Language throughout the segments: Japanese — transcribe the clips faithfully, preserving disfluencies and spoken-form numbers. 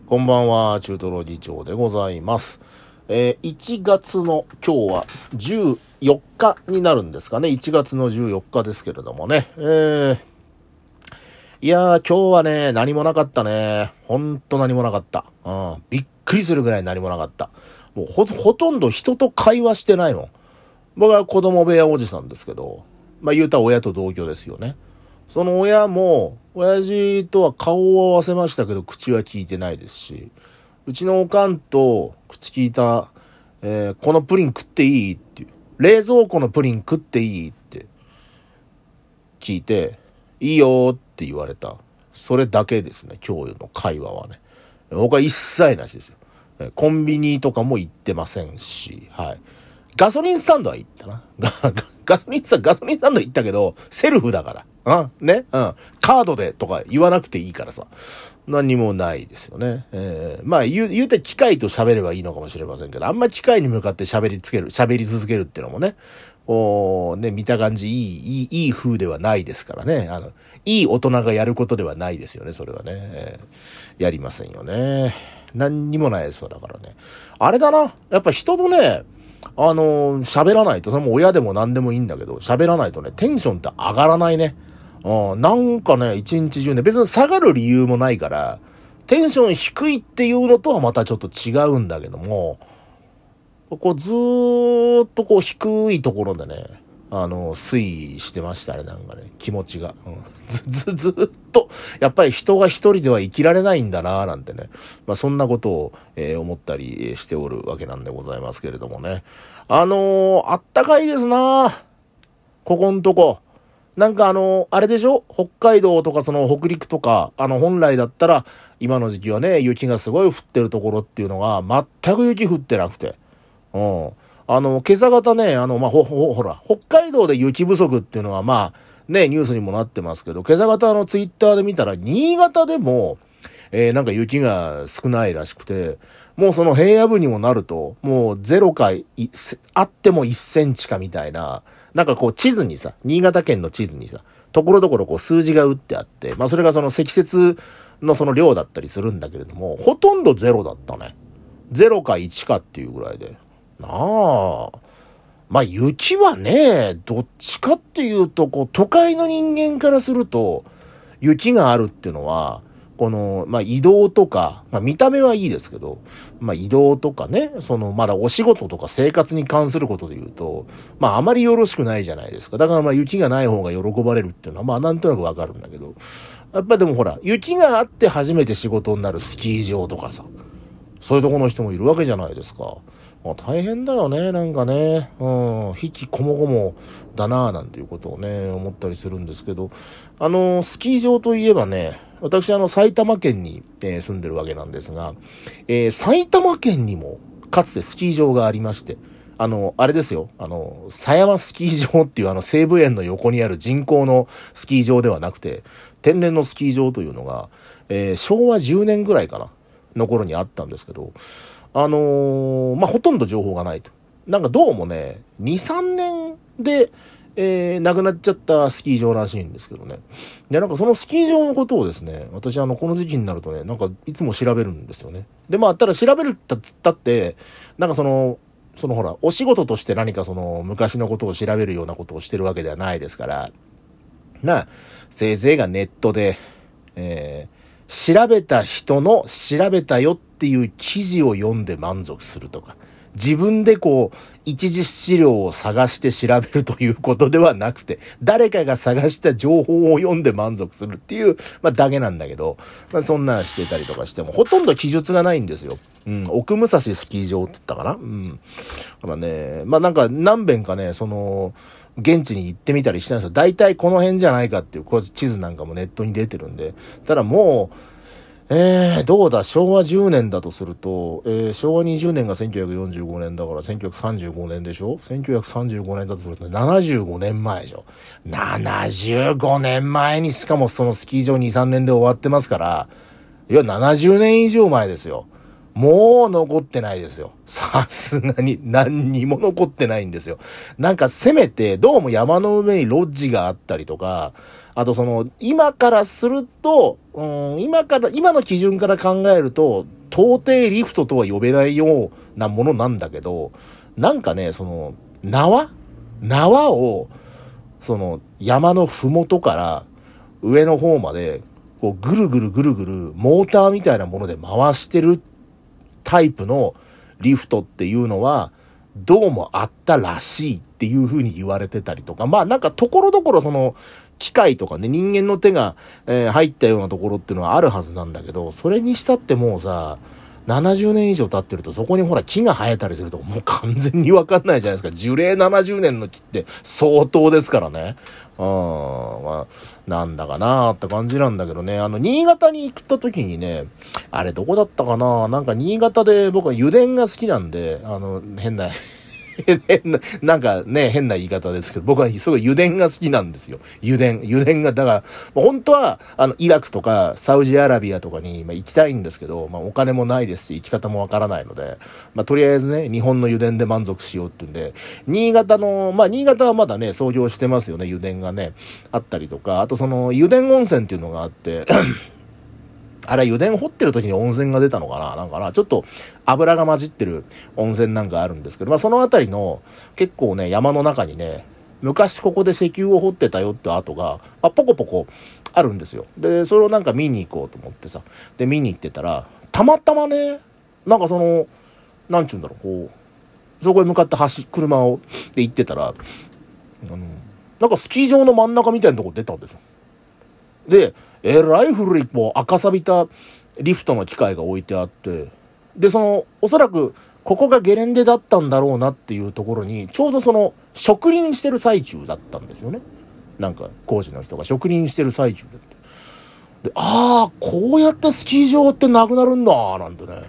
こんばんは、中トロ議長でございます。えー、いちがつの今日はじゅうよっかになるんですかね。いちがつのじゅうよっかですけれどもね。えー、いやー、今日はね、何もなかったね。ほんと何もなかった。うん、びっくりするぐらい何もなかった。もうほ、ほとんど人と会話してないの。僕は子供部屋おじさんですけど、まあ言うたら親と同居ですよね。その親も、親父とは顔を合わせましたけど、口は聞いてないですし、うちのおかんと口聞いた、えー、このプリン食っていいっていう、冷蔵庫のプリン食っていいって聞いて、いいよって言われた。それだけですね、今日の会話はね。僕は一切なしですよ。コンビニとかも行ってませんし、はい。ガソリンスタンドは行ったな。ガソリンスタンド、ガソリンスタンド行ったけど、セルフだから。うんねうん。カードでとか言わなくていいからさ。何もないですよね。えー、まあ言う、言うて機械と喋ればいいのかもしれませんけど、あんま機械に向かって喋りつける、喋り続けるっていうのもね、おーね、見た感じいい、いい、いい風ではないですからね。あの、いい大人がやることではないですよね、それはね。えー、やりませんよね。何にもないですわ、だからね。あれだな。やっぱ人とね、あのー、喋らないと、それも親でも何でもいいんだけど、喋らないとね、テンションって上がらないね。うん、なんかね、一日中ね、別に下がる理由もないから、テンション低いっていうのとはまたちょっと違うんだけども、こうずーっとこう低いところでね、あの、推移してましたね、なんかね、気持ちが。うん、ず、ず、ずーっと、やっぱり人が一人では生きられないんだなーなんてね、まあそんなことを、えー、思ったりしておるわけなんでございますけれどもね。あのー、あったかいですなー。ここんとこ。なんかあのー、あれでしょ？北海道とかその北陸とか、あの本来だったら、今の時期はね、雪がすごい降ってるところっていうのが、全く雪降ってなくて。うん。あの、今朝方ね、あの、まあ、ほ、ほ、ほら、北海道で雪不足っていうのは、まあ、ね、ニュースにもなってますけど、今朝方のツイッターで見たら、新潟でも、えー、なんか雪が少ないらしくて、もうその平野部にもなると、もうゼロかい、あってもいっセンチかみたいな、なんかこう地図にさ、新潟県の地図にさ、ところどころこう数字が打ってあって、まあそれがその積雪のその量だったりするんだけれども、ほとんどゼロだったね。ゼロかいちかっていうぐらいで。なあ。まあ雪はね、どっちかっていうと、こう都会の人間からすると、雪があるっていうのは、この、まあ移動とか、まあ見た目はいいですけど、まあ移動とかね、そのまだお仕事とか生活に関することで言うと、まああまりよろしくないじゃないですか。だからまあ雪がない方が喜ばれるっていうのは、まあなんとなくわかるんだけど、やっぱでもほら、雪があって初めて仕事になるスキー場とかさ、そういうとこの人もいるわけじゃないですか。まあ、大変だよね、なんかね。うん、引きこもごもだなぁ、なんていうことをね、思ったりするんですけど、あの、スキー場といえばね、私あの、埼玉県に、えー、住んでるわけなんですが、えー、埼玉県にも、かつてスキー場がありまして、あの、あれですよ、あの、狭山スキー場っていうあの、西武園の横にある人工のスキー場ではなくて、天然のスキー場というのが、えー、しょうわじゅうねんぐらいかな。の頃にあったんですけど、あのー、まあ、ほとんど情報がないと。なんかどうもね、に、さんねんで、えー、亡くなっちゃったスキー場らしいんですけどね。で、なんかそのスキー場のことをですね、私あの、この時期になるとね、なんかいつも調べるんですよね。で、まあ、ただ調べるったっつったって、なんかその、そのほら、お仕事として何かその、昔のことを調べるようなことをしてるわけではないですから、な、せいぜいがネットで、えー、調べた人の調べたよっていう記事を読んで満足するとか、自分でこう、一次資料を探して調べるということではなくて、誰かが探した情報を読んで満足するっていう、まあ、だけなんだけど、まあ、そんなしてたりとかしても、ほとんど記述がないんですよ。うん、奥武蔵スキー場って言ったかな。うん。だからね、まあ、なんか何遍かね、その、現地に行ってみたりしたんですよ。大体この辺じゃないかっていう、こう地図なんかもネットに出てるんで。ただもう、えー、どうだ、しょうわじゅうねんだとすると、えー、しょうわにじゅうねんがせんきゅうひゃくよんじゅうごねんだからせんきゅうひゃくさんじゅうごねんでしょ ?せんきゅうひゃくさんじゅうごねんだとするとななじゅうごねんまえでしょ ?ななじゅうごねんまえにしかもそのスキー場に、さんねんで終わってますから、いや、ななじゅうねん以上前ですよ。もう残ってないですよ。さすがに何にも残ってないんですよ。なんかせめて、どうも山の上にロッジがあったりとか、あとその、今からすると、うん、今から、今の基準から考えると、 到底リフトとは呼べないようなものなんだけど、なんかね、その、縄縄を、その、山のふもとから上の方まで、こう、ぐるぐるぐるぐる、モーターみたいなもので回してるタイプのリフトっていうのは、どうもあったらしいっていう風に言われてたりとか、まあなんかところどころその、機械とかね、人間の手が、えー、入ったようなところっていうのはあるはずなんだけど、それにしたってもうさ、ななじゅうねん以上経ってるとそこにほら木が生えたりするともう完全にわかんないじゃないですか。樹齢ななじゅうねんの木って相当ですからね。うん、まあ、なんだかなーって感じなんだけどね。あの、新潟に行った時にね、あれどこだったかな、なんか新潟で僕は油田が好きなんで、あの、変な、変な、なんかね、変な言い方ですけど、僕はすごい油田が好きなんですよ。油田。油田が、だから、本当は、あの、イラクとか、サウジアラビアとかに、まあ、行きたいんですけど、まあ、お金もないですし、行き方もわからないので、まあ、とりあえずね、日本の油田で満足しようっていうんで、新潟の、まあ、新潟はまだね、創業してますよね、油田がね、あったりとか、あとその、油田温泉っていうのがあって、あれ油田掘ってる時に温泉が出たのかななんかなちょっと油が混じってる温泉なんかあるんですけど、まあそのあたりの結構ね、山の中にね、昔ここで石油を掘ってたよって跡が、まあ、ポコポコあるんですよ。で、それをなんか見に行こうと思ってさ。で、見に行ってたら、たまたまね、なんかその、なんちゅうんだろう、こう、そこへ向かって走、車を、で行ってたら、あの、なんかスキー場の真ん中みたいなとこ出たんですよ。で、えらい古い、こう、赤錆びたリフトの機械が置いてあって、で、その、おそらく、ここがゲレンデだったんだろうなっていうところに、ちょうどその、植林してる最中だったんですよね。なんか、工事の人が植林してる最中だって。で、ああ、こうやってスキー場ってなくなるんだ、なんてね。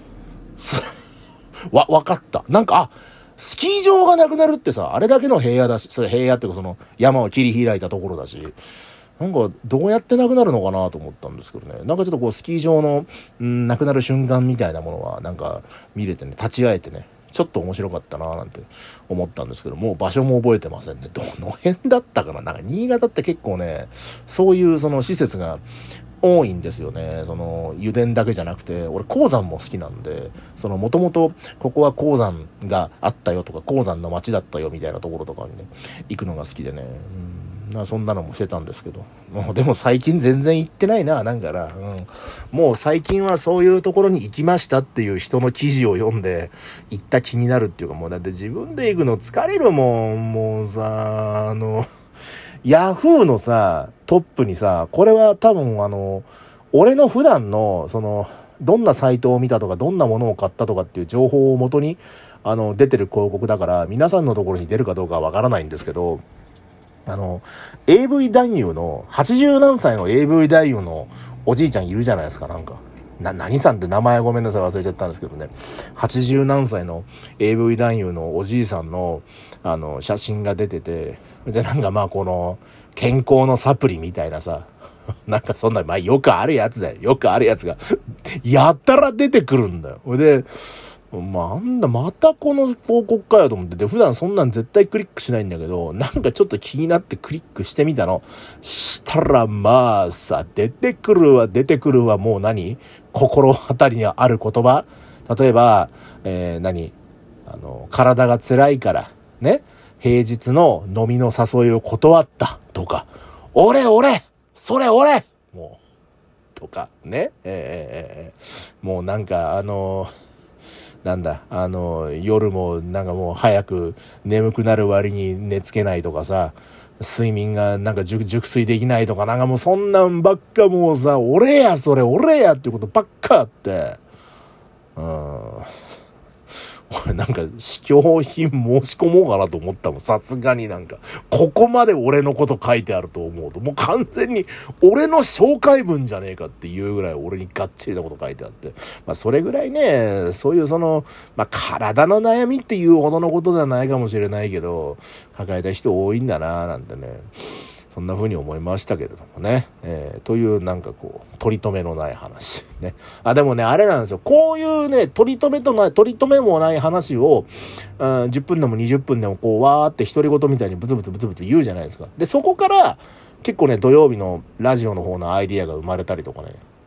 わ、わかった。なんか、あ、スキー場がなくなるってさ、あれだけの平野だし、それ平野っていうかその、山を切り開いたところだし、なんか、どうやってなくなるのかなと思ったんですけどね。なんかちょっとこう、スキー場の、うん、なくなる瞬間みたいなものは、なんか、見れてね、立ち会えてね、ちょっと面白かったななんて思ったんですけど、もう場所も覚えてませんね。どの辺だったかな。なんか、新潟って結構ね、そういうその施設が多いんですよね。その、油田だけじゃなくて、俺、鉱山も好きなんで、その、もともと、ここは鉱山があったよとか、鉱山の町だったよみたいなところとかにね、行くのが好きでね。うんなそんなのもしてたんですけど。もうでも最近全然行ってないな、なんかな。うん。もう最近はそういうところに行きましたっていう人の記事を読んで行った気になるっていうか、もうだって自分で行くの疲れるもん。もうさ、あの、ヤフーのさ、トップにさ、これは多分あの、俺の普段の、その、どんなサイトを見たとか、どんなものを買ったとかっていう情報をもとに、あの、出てる広告だから、皆さんのところに出るかどうかはわからないんですけど、あの、エーブイ 男優の、はちじゅうなんさいの エーブイ 男優のおじいちゃんいるじゃないですか、なんか。な、何さんって名前ごめんなさい忘れちゃったんですけどね。はちじゅうなんさいの エーブイ 男優のおじいさんの、あの、写真が出てて、で、なんかまあこの、健康のサプリみたいなさ、なんかそんな、まあよくあるやつだよ。よくあるやつが、やったら出てくるんだよ。で、まあ、あんな、またこの広告かよと思ってて、普段そんなん絶対クリックしないんだけど、なんかちょっと気になってクリックしてみたの。したら、まあさ、出てくるわ、出てくるわ、もう何心当たりにある言葉例えば、えー、何あの、体が辛いから、ね平日の飲みの誘いを断ったとか、俺俺それ俺もう、とか、ねえー、えー、もうなんか、あのー、なんだ、あの、夜もなんかもう早く眠くなる割に寝つけないとかさ、睡眠がなんか熟睡できないとか、なんかもうそんなんばっかもうさ、俺やそれ俺やっていうことばっかあって、うん。俺なんか試供品申し込もうかなと思ったもん。さすがになんか、ここまで俺のこと書いてあると思うと、もう完全に俺の紹介文じゃねえかっていうぐらい俺にがっちりなこと書いてあって。まあそれぐらいね、そういうその、まあ体の悩みっていうほどのことではないかもしれないけど、抱えた人多いんだなぁなんてね。そんな風に思いましたけれどもね。えー、というなんかこう、取り留めのない話。ね。あ、でもね、あれなんですよ。こういうね、取り留めとない、取り留めもない話を、うん、じゅっぷんでもにじゅっぷんでもこう、わーって独り言みたいにブツブツブツブツ言うじゃないですか。で、そこから、結構ね、土曜日のラジオの方のアイディアが生まれたりとかね。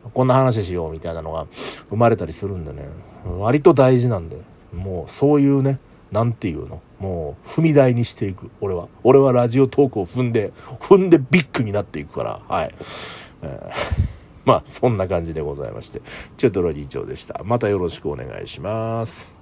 こんな話しようみたいなのが生まれたりするんでね、割と大事なんで、もうそういうね、なんていうの、もう踏み台にしていく。俺は俺はラジオトークを踏んで踏んでビッグになっていくから、はい、えー、まあそんな感じでございまして、チュートロ議長でした。またよろしくお願いします。